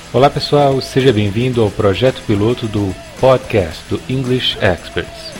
Olá pessoal, seja bem-vindo ao projeto piloto do podcast do English Experts.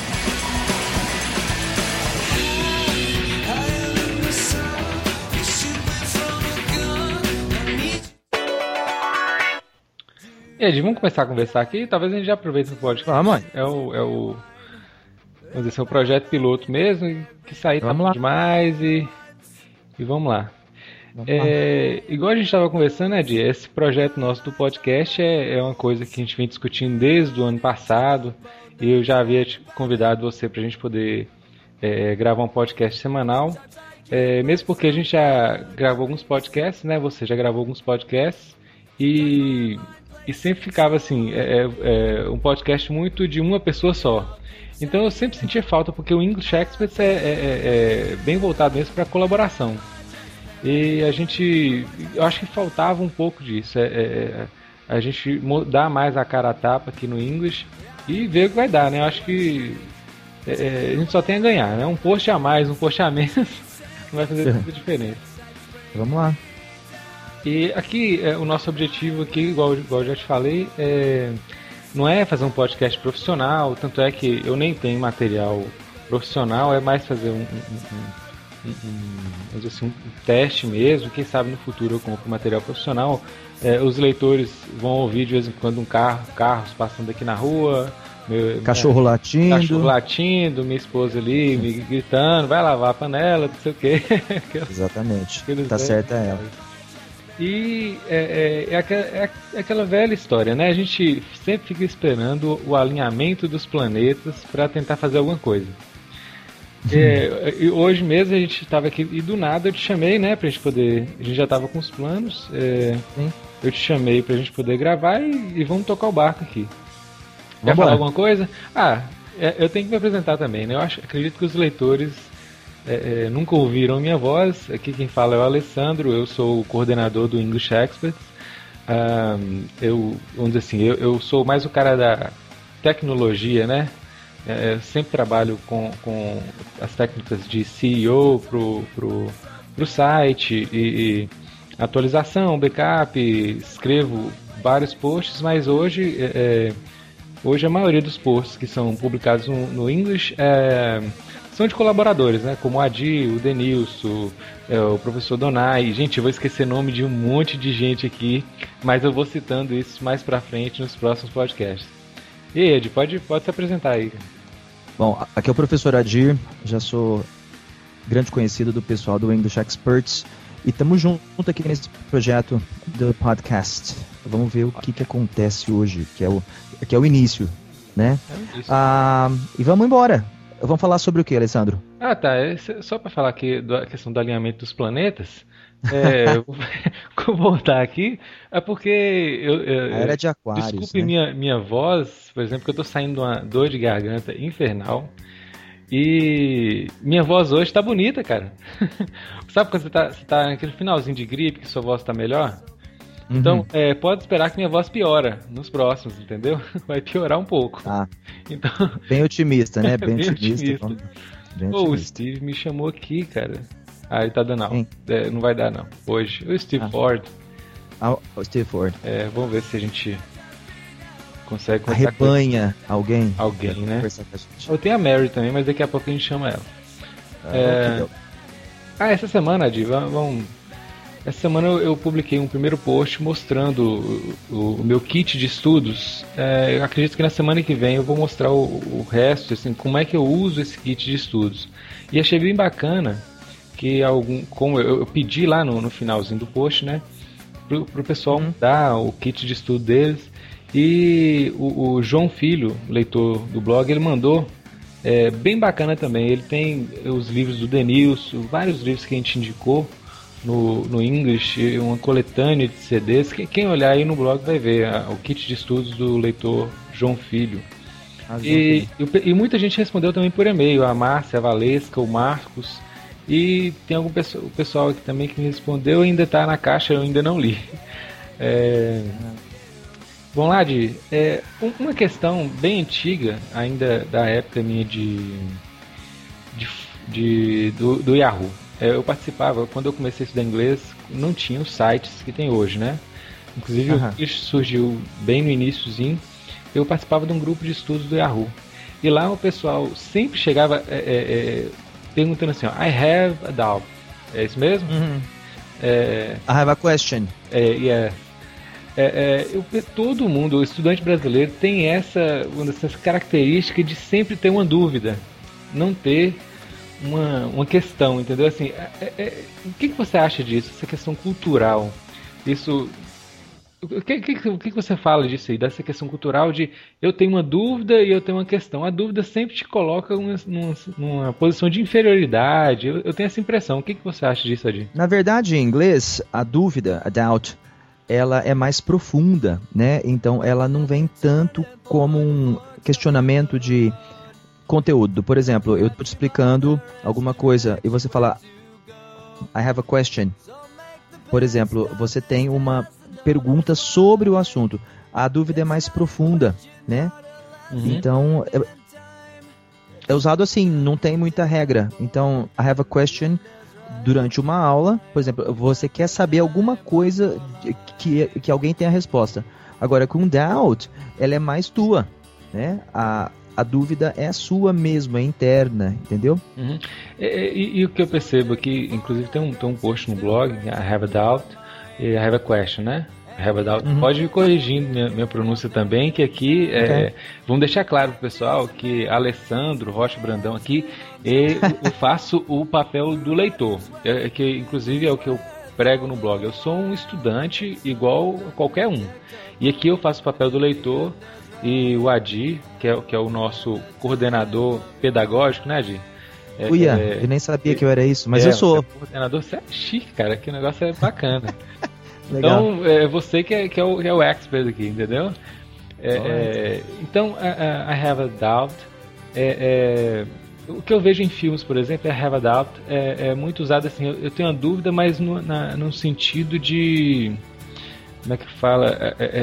E aí, vamos começar a conversar aqui? Talvez a gente já aproveite o podcast. Vamos, mãe. Vamos dizer assim, o projeto piloto mesmo, que sair tá bom demais e vamos lá. Igual a gente estava conversando, né, Di? Esse projeto nosso do podcast é uma coisa que a gente vem discutindo desde o ano passado e eu já havia convidado você para a gente poder gravar um podcast semanal, mesmo porque a gente já gravou alguns podcasts, né? Você já gravou alguns podcasts e sempre ficava assim, um podcast muito de uma pessoa só. Então eu sempre sentia falta, porque o English Experts é bem voltado mesmo para colaboração. E eu acho que faltava um pouco disso, a gente dar mais a cara a tapa aqui no English e ver o que vai dar, né? Eu acho que a gente só tem a ganhar, né? Um post a mais, um post a menos, não vai fazer tanta diferença. Vamos lá. E aqui, o nosso objetivo aqui, igual eu já te falei, não é fazer um podcast profissional, tanto é que eu nem tenho material profissional, é mais fazer vamos dizer assim, um teste mesmo. Quem sabe no futuro eu compro material profissional. Os leitores vão ouvir de vez em quando carros passando aqui na rua, cachorro latindo, minha esposa ali me gritando, vai lavar a panela, não sei o que. Exatamente, tá certa ela. E é aquela velha história, né? A gente sempre fica esperando o alinhamento dos planetas para tentar fazer alguma coisa. E hoje mesmo a gente estava aqui e do nada eu te chamei, né, pra gente poder. A gente já estava com os planos. Eu te chamei pra gente poder gravar e vamos tocar o barco aqui. Quer falar alguma coisa? Eu tenho que me apresentar também, né? Acredito que os leitores nunca ouviram minha voz. Aqui quem fala é o Alessandro, eu sou o coordenador do English Experts. Vamos dizer assim, eu sou mais o cara da tecnologia, né? Eu sempre trabalho com as técnicas de SEO pro site e atualização, backup, escrevo vários posts, mas hoje a maioria dos posts que são publicados no English são de colaboradores, né? Como o Adi, o Denilson, o professor Donai. Gente, eu vou esquecer nome de um monte de gente aqui, mas eu vou citando isso mais pra frente nos próximos podcasts. E aí, Ed, pode se apresentar aí. Bom, aqui é o professor Adir, já sou grande conhecido do pessoal do English Experts e estamos junto aqui nesse projeto do podcast. Vamos ver o que acontece hoje, que é o início, né? E vamos embora. Vamos falar sobre o que, Alessandro? Tá. Só para falar aqui da questão do alinhamento dos planetas. Vou voltar aqui, porque a era de Aquários. Desculpe, né? minha voz, por exemplo, que eu tô saindo de uma dor de garganta infernal. E minha voz hoje tá bonita, cara. Sabe quando você tá naquele finalzinho de gripe, que sua voz tá melhor? Uhum. Então, pode esperar que minha voz piora nos próximos, entendeu? Vai piorar um pouco. Então, bem otimista, né? Bem otimista. O Steve me chamou aqui, cara. Ele tá dando aula. Não vai dar, não. Hoje. O Steve Ford. O Steve Ford. Vamos ver se a gente consegue arrebanha alguém. Alguém, né? Eu tenho a Mary também, mas daqui a pouco a gente chama ela. Essa semana, Adi, essa semana eu publiquei um primeiro post mostrando o meu kit de estudos. Eu acredito que na semana que vem eu vou mostrar o resto, assim, como é que eu uso esse kit de estudos. E achei bem bacana que como eu pedi lá no finalzinho do post, né, pro pessoal dar o kit de estudo deles. E o João Filho, leitor do blog, ele mandou bem bacana também. Ele tem os livros do Denilson, vários livros que a gente indicou no English, uma coletânea de CDs. Quem olhar aí no blog vai ver o kit de estudos do leitor João Filho. E muita gente respondeu também por e-mail, a Márcia, a Valesca, o Marcos. E tem algum pessoal aqui também que me respondeu, ainda está na caixa, eu ainda não li. Vamos lá, Di. Uma questão bem antiga, ainda da época minha do Yahoo. Eu participava, quando eu comecei a estudar inglês, não tinha os sites que tem hoje, né? Inclusive, isso surgiu bem no iniciozinho. Eu participava de um grupo de estudos do Yahoo. E lá o pessoal sempre chegava perguntando assim, ó, I have a doubt. É isso mesmo? I have a question. Todo mundo, o estudante brasileiro, tem uma dessas características de sempre ter uma dúvida. Não ter uma questão, entendeu? Assim, o que você acha disso? Essa questão cultural. Isso... O que você fala disso aí, dessa questão cultural de eu tenho uma dúvida e eu tenho uma questão? A dúvida sempre te coloca numa posição de inferioridade. Eu tenho essa impressão. O que você acha disso, Adi? Na verdade, em inglês, a dúvida, a doubt, ela é mais profunda, né? Então, ela não vem tanto como um questionamento de conteúdo. Por exemplo, eu estou te explicando alguma coisa e você fala I have a question. Por exemplo, você tem uma pergunta sobre o assunto. A dúvida é mais profunda, né? Então, é usado assim, não tem muita regra. Então, I have a question durante uma aula, por exemplo, você quer saber alguma coisa que alguém tem a resposta. Agora, com doubt, ela é mais tua, né? A dúvida é sua mesmo, é interna, entendeu? E o que eu percebo aqui, inclusive tem um post no blog, I have a doubt, e I have a question, né? I have a doubt. Pode ir corrigindo minha pronúncia também, que aqui, vamos deixar claro pro pessoal que Alessandro Rocha Brandão aqui, eu faço o papel do leitor, que inclusive é o que eu prego no blog. Eu sou um estudante igual a qualquer um, e aqui eu faço o papel do leitor. E o Adi, que é o nosso coordenador pedagógico, né, Adi? Eu nem sabia que eu era isso, mas eu sou. Coordenador, você é chique, cara, que o negócio é bacana. Então, é você que é o expert aqui, entendeu? Então, I have a doubt. O que eu vejo em filmes, por exemplo, I have a doubt, é muito usado assim, eu tenho uma dúvida, mas no sentido de... Como é que fala?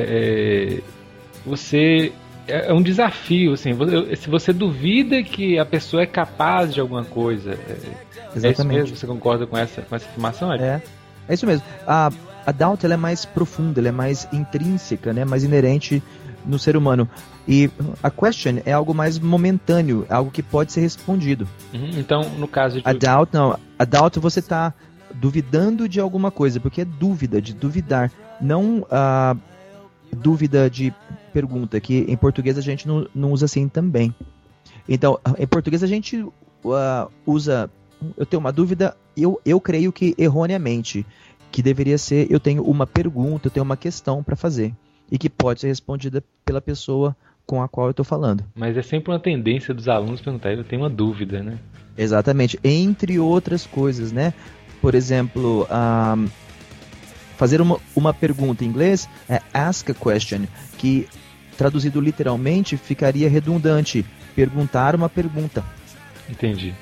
Você é um desafio, assim, se você duvida que a pessoa é capaz de alguma coisa, Exatamente. É isso mesmo? Você concorda com essa afirmação? É isso mesmo. A doubt, ela é mais profunda, ela é mais intrínseca, né, mais inerente no ser humano. E a question é algo mais momentâneo, algo que pode ser respondido. Então, no caso de... A doubt você está duvidando de alguma coisa, porque é dúvida, de duvidar, não dúvida de pergunta, que em português a gente não usa assim também. Então, em português a gente usa, eu tenho uma dúvida, eu creio que erroneamente, que deveria ser, eu tenho uma pergunta, eu tenho uma questão para fazer, e que pode ser respondida pela pessoa com a qual eu estou falando. Mas é sempre uma tendência dos alunos perguntar, eu tenho uma dúvida, né? Exatamente, entre outras coisas, né? Por exemplo, fazer uma pergunta em inglês é ask a question, que traduzido literalmente ficaria redundante. Perguntar uma pergunta. Entendi.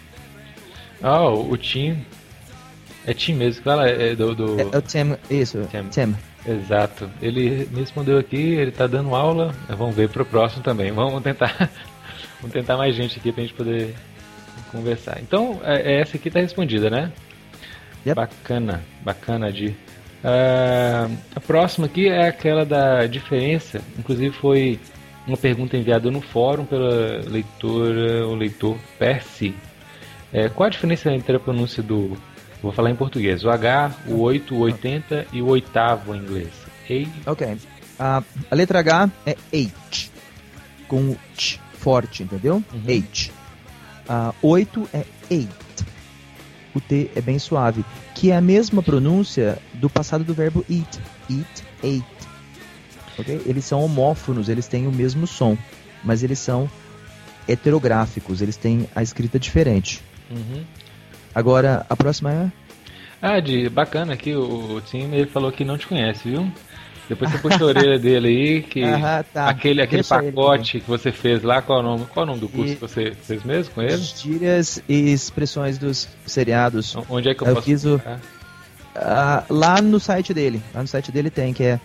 O Tim. É Tim mesmo, fala? É o Tim, isso. Tim. Exato. Ele me respondeu aqui, ele tá dando aula. Vamos ver pro próximo também. Vamos tentar mais gente aqui pra gente poder conversar. Então, essa aqui tá respondida, né? Yep. Bacana, Di. A próxima aqui é aquela da diferença, inclusive foi uma pergunta enviada no fórum pela leitor Percy. Qual a diferença entre a pronúncia vou falar em português, o H, o 8, o 80 e o oitavo em inglês? Ok. A letra H é H, com o T forte, entendeu? H. 8 é 8. O T é bem suave, que é a mesma pronúncia do passado do verbo eat. Eat, ate. Okay? Eles são homófonos, eles têm o mesmo som, mas eles são heterográficos, eles têm a escrita diferente. Agora, a próxima é... bacana aqui, o Tim ele falou que não te conhece, viu? Depois você puxa a orelha dele aí, que tá. aquele pacote que você fez lá, qual é o nome do curso que você fez mesmo com ele? Gírias e expressões dos seriados. Onde é que eu posso fiz lá no site dele. Lá no site dele tem, que é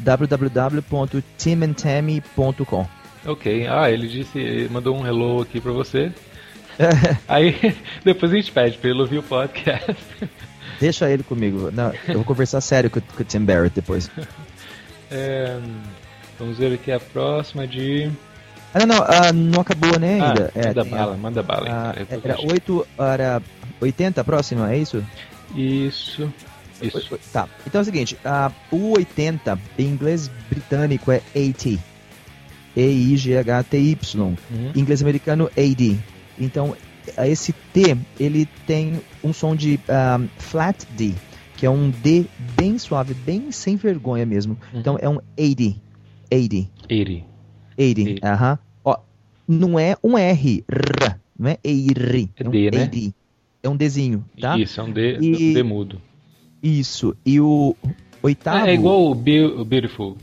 www.timandtammy.com. Ok, ele mandou um hello aqui pra você. Aí depois a gente pede pra ele ouvir o podcast. Deixa ele comigo. Não, eu vou conversar sério com o Tim Barrett depois. Vamos ver aqui a próxima de... não acabou, né, ainda. Manda bala. Era 80 a próxima, é isso? Isso. Tá, então é o seguinte, o 80 em inglês britânico é 80. E-I-G-H-T-Y. Em inglês americano, AD. Então, esse T, ele tem um som de flat D, que é um D bem suave, bem sem vergonha mesmo. Então, é um 80. 80. Aham. Ó, não é um R, não é EIR. É D, né? AD. É um Dzinho, tá? Isso, é um D mudo. Isso. E o oitavo... É igual o Beautiful.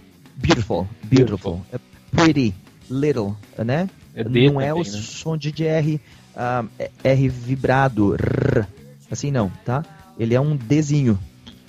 Beautiful. É pretty, little, né? É D não também, é o né? som de R, R vibrado, R, assim não, tá? Ele é um Dzinho.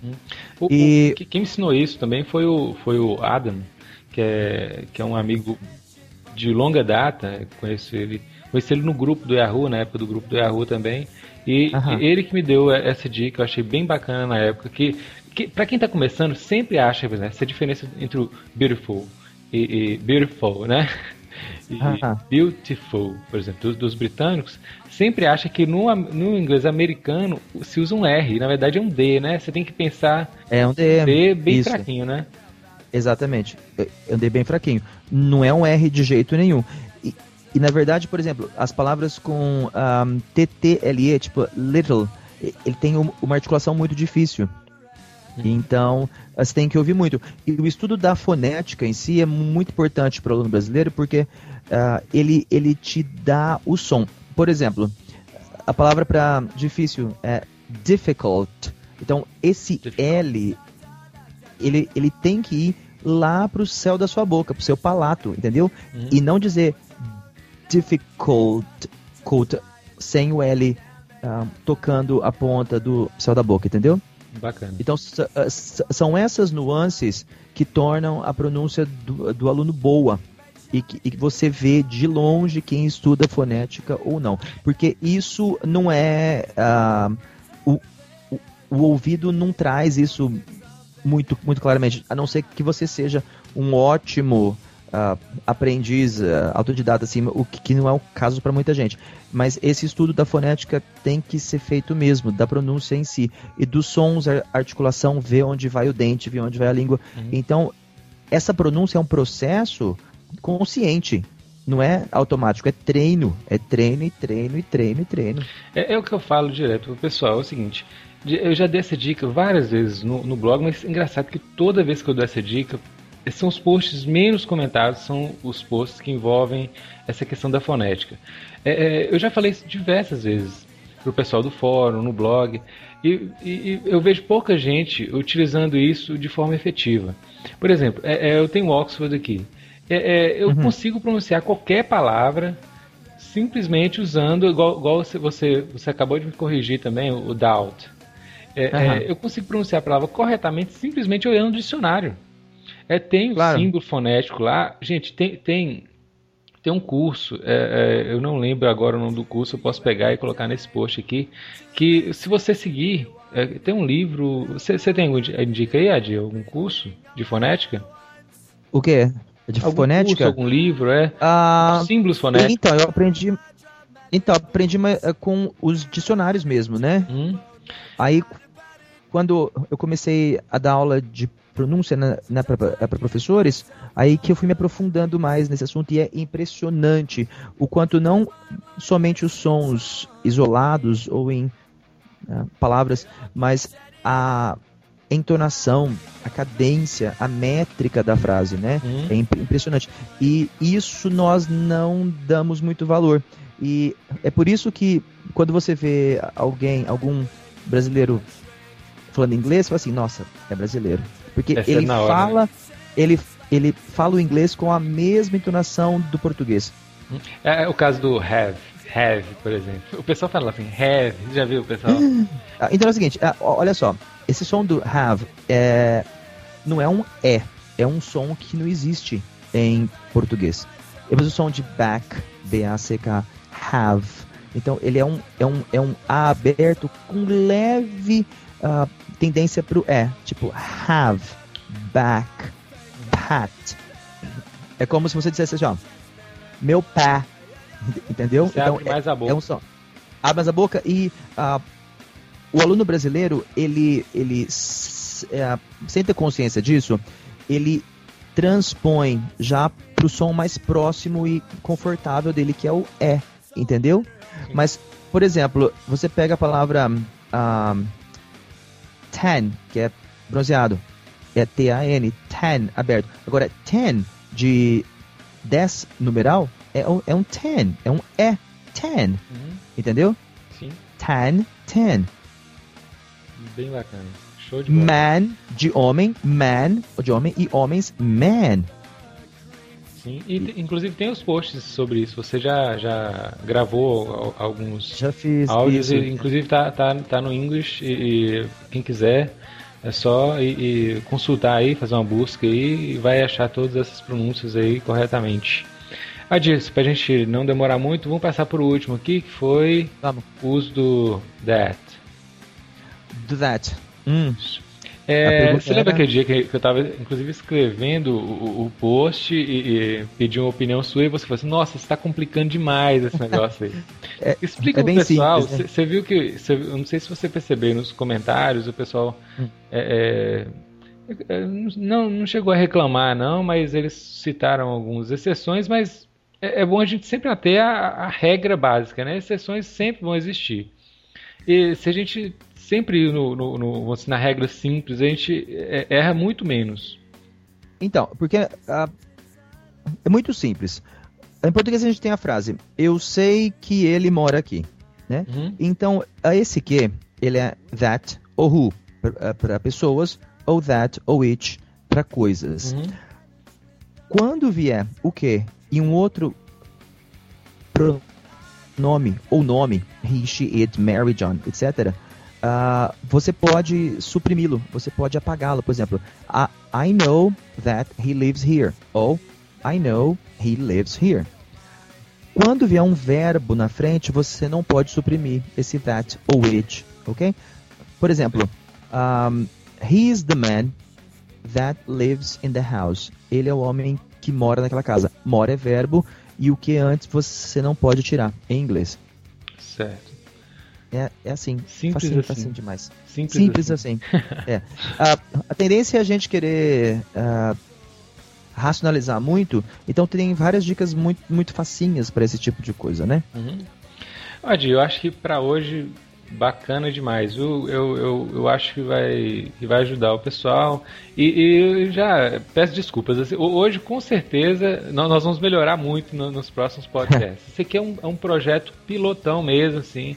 Quem ensinou isso também foi o Adam, que é um amigo de longa data. Conheci ele no grupo do Yahoo, na época do grupo do Yahoo também. E ele que me deu essa dica, eu achei bem bacana na época, que pra quem tá começando, sempre acha, né, essa diferença entre o beautiful e beautiful, né? E beautiful, por exemplo, dos britânicos, sempre acha que no inglês americano se usa um R, na verdade é um D, né? Você tem que pensar... É um D bem fraquinho, né? Exatamente, é um D bem fraquinho. Não é um R de jeito nenhum. E na verdade, por exemplo, as palavras com TTLE, tipo little, ele tem uma articulação muito difícil. Então, você tem que ouvir muito. E o estudo da fonética em si é muito importante para o aluno brasileiro, porque ele te dá o som. Por exemplo, a palavra para difícil é difficult. Então, esse L, ele tem que ir lá para o céu da sua boca, para o seu palato, entendeu? E não dizer difficult sem o L tocando a ponta do céu da boca, entendeu? Bacana. Então são essas nuances que tornam a pronúncia do aluno boa e que você vê de longe quem estuda fonética ou não, porque isso não é o ouvido não traz isso muito, muito claramente, a não ser que você seja um ótimo aprendiz autodidata, assim, o que não é o caso para muita gente. Mas esse estudo da fonética tem que ser feito mesmo, da pronúncia em si. E dos sons, a articulação, ver onde vai o dente, ver onde vai a língua. Então, essa pronúncia é um processo consciente. Não é automático, é treino. É treino e treino e treino e treino. É o que eu falo direto pro pessoal, é o seguinte... Eu já dei essa dica várias vezes no blog, mas é engraçado que toda vez que eu dou essa dica... São os posts menos comentados, são os posts que envolvem essa questão da fonética. Eu já falei isso diversas vezes para o pessoal do fórum, no blog, e eu vejo pouca gente utilizando isso de forma efetiva. Por exemplo, eu tenho Oxford aqui. Eu consigo pronunciar qualquer palavra simplesmente usando, igual você acabou de me corrigir também, o doubt. Eu consigo pronunciar a palavra corretamente simplesmente olhando o dicionário. Tem o símbolo fonético lá. Gente, tem um curso, eu não lembro agora o nome do curso, eu posso pegar e colocar nesse post aqui, que se você seguir, tem um livro, você tem algum indica aí, Adi, algum curso de fonética? O quê? De algum fonética? Curso, algum livro, símbolos fonéticos. Então, eu aprendi com os dicionários mesmo, né? Aí, quando eu comecei a dar aula de pronúncia para professores, aí que eu fui me aprofundando mais nesse assunto, e é impressionante o quanto não somente os sons isolados ou em palavras, mas a entonação, a cadência, a métrica da frase, né? É impressionante. E isso nós não damos muito valor. E é por isso que quando você vê algum brasileiro falando inglês, você fala assim, nossa, é brasileiro. Porque ele fala, né? ele fala o inglês com a mesma entonação do português. É o caso do have, por exemplo. O pessoal fala assim, have, já viu o pessoal? Então é o seguinte, olha só, esse som do have não é um é um som que não existe em português. Depois o som de back, B-A-C-K, have. Então ele é um A aberto com leve tendência pro tipo have, back, hat. É como se você dissesse assim, ó, meu pé, entendeu? Você então, abre mais a boca. É um som. Abre mais a boca e o aluno brasileiro, ele sem ter consciência disso, ele transpõe já para o som mais próximo e confortável dele, que é o é, entendeu? Sim. Mas, por exemplo, você pega a palavra tan, que é bronzeado, é T-A-N, tan, aberto. Agora, 10, de 10 numeral, é um 10, é um é, 10, entendeu? Sim. Tan, 10. Bem bacana. Show de bola. Man, de homem, man, de homem, e homens, man. Sim, e inclusive tem os posts sobre isso. Você já gravou alguns já fiz áudios, isso. E, inclusive tá no English, e quem quiser é só consultar aí, fazer uma busca aí e vai achar todas essas pronúncias aí corretamente. Disso, pra gente não demorar muito, vamos passar por o último aqui, que foi o uso do that. Do that. Você lembra aquele dia que eu estava, inclusive, escrevendo o post e pedi uma opinião sua e você falou assim, nossa, você está complicando demais esse negócio aí. Explica pro pessoal, você viu que, eu não sei se você percebeu nos comentários, o pessoal não chegou a reclamar não, mas eles citaram algumas exceções, mas é bom a gente sempre ter a regra básica, né? Exceções sempre vão existir. E se a gente sempre ir na regra simples, a gente erra muito menos. Então, porque é muito simples. Em português a gente tem a frase, eu sei que ele mora aqui, né? Então, esse que, ele é that ou who para pessoas, ou that ou it para coisas. Quando vier o que e um outro pronome ou nome, he, she, it, Mary, John, etc., você pode suprimi-lo, você pode apagá-lo. Por exemplo, I know that he lives here, ou I know he lives here. Quando vier um verbo na frente, você não pode suprimir esse that ou it, ok? Por exemplo, he is the man that lives in the house. Ele é o homem que mora naquela casa. Mora é verbo e o que antes você não pode tirar em inglês. Certo. É assim, simples facinho demais. Simples assim. A tendência é a gente querer racionalizar muito, então tem várias dicas muito, muito facinhas para esse tipo de coisa, né? Adi, eu acho que para hoje bacana demais. Eu acho que vai ajudar o pessoal e eu já peço desculpas. Assim, hoje com certeza nós vamos melhorar muito nos próximos podcasts. Esse aqui é um projeto pilotão mesmo, assim.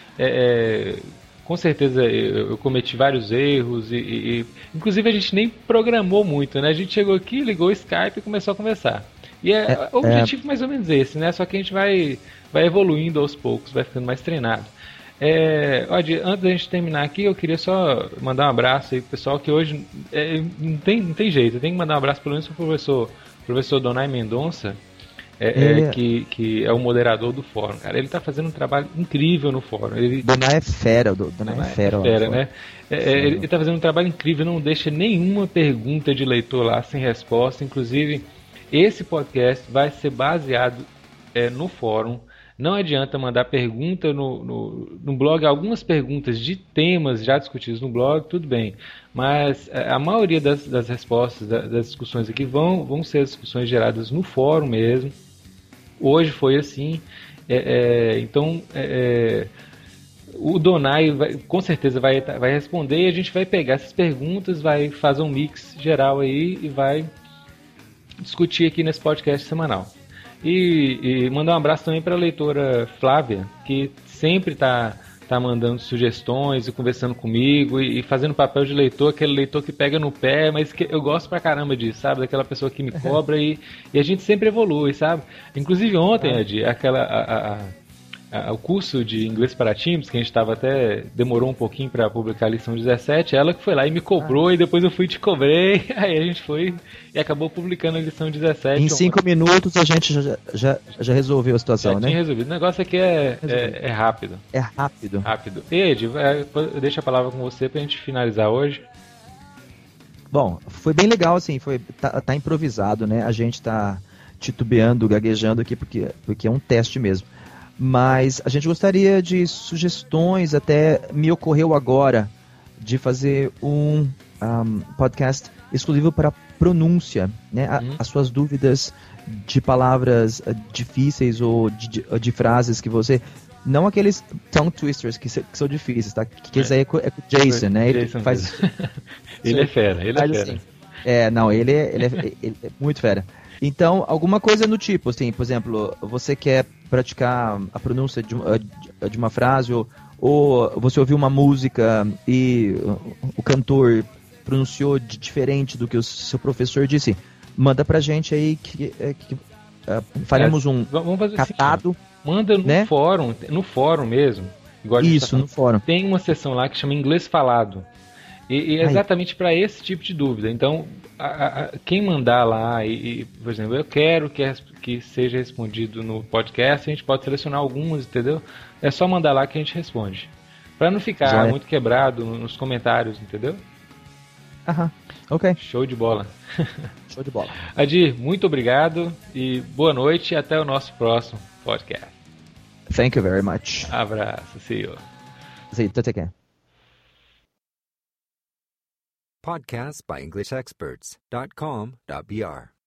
Com certeza eu cometi vários erros e inclusive a gente nem programou muito, né? A gente chegou aqui, ligou o Skype e começou a conversar. E o objetivo mais ou menos esse, né? Só que a gente vai evoluindo aos poucos, vai ficando mais treinado. Antes da gente terminar aqui, eu queria só mandar um abraço aí pro pessoal que hoje não tem jeito, eu tenho que mandar um abraço pelo menos pro professor Donai Mendonça. Que é o moderador do fórum, cara. Ele tá fazendo um trabalho incrível no fórum. Donai é fera, Donai é fera, né? Ele tá fazendo um trabalho incrível, não deixa nenhuma pergunta de leitor lá sem resposta. Inclusive, esse podcast vai ser baseado no fórum. Não adianta mandar pergunta no blog, algumas perguntas de temas já discutidos no blog, tudo bem. Mas a maioria das respostas, das discussões aqui vão ser discussões geradas no fórum mesmo. Hoje foi assim. Então, o Donai com certeza vai responder e a gente vai pegar essas perguntas, vai fazer um mix geral aí e vai discutir aqui nesse podcast semanal. E mandar um abraço também para a leitora Flávia, que sempre está mandando sugestões e conversando comigo e fazendo papel de leitor, aquele leitor que pega no pé, mas que eu gosto pra caramba disso, sabe? Daquela pessoa que me cobra e a gente sempre evolui, sabe? Inclusive ontem, Ed, o curso de inglês para times, que a gente demorou um pouquinho para publicar a lição 17, ela que foi lá e me cobrou e depois eu fui e te cobrei, aí a gente foi e acabou publicando a lição 17. Em 5 minutos a gente já resolveu a situação, né? Tinha resolvido. O negócio aqui é rápido. É rápido. Ed, deixa a palavra com você pra gente finalizar hoje. Bom, foi bem legal, assim, tá improvisado, né? A gente tá titubeando, gaguejando aqui, porque é um teste mesmo. Mas a gente gostaria de sugestões, até me ocorreu agora, de fazer um podcast exclusivo para pronúncia, né? As suas dúvidas de palavras difíceis ou de frases que você... Não aqueles tongue twisters que são difíceis, tá? Que esse aí é com o Jason, né? Ele Jason faz... ele é fera, ele é fera. Assim, não, ele é muito fera. Então, alguma coisa no tipo, assim, por exemplo, você quer praticar a pronúncia de uma frase, ou você ouviu uma música e o cantor pronunciou diferente do que o seu professor disse, manda pra gente aí que faremos um vamos fazer catado. Assim, manda né? no fórum mesmo. Isso, no fórum. Tem uma seção lá que chama Inglês Falado. E é exatamente para esse tipo de dúvida. Então, quem mandar lá, por exemplo, eu quero que seja respondido no podcast, a gente pode selecionar algumas, entendeu? É só mandar lá que a gente responde. Para não ficar muito quebrado nos comentários, entendeu? Ok. Show de bola. Show de bola. Adir, muito obrigado e boa noite e até o nosso próximo podcast. Thank you very much. Abraço, see you. See you, take care. Podcasts by EnglishExperts.com.br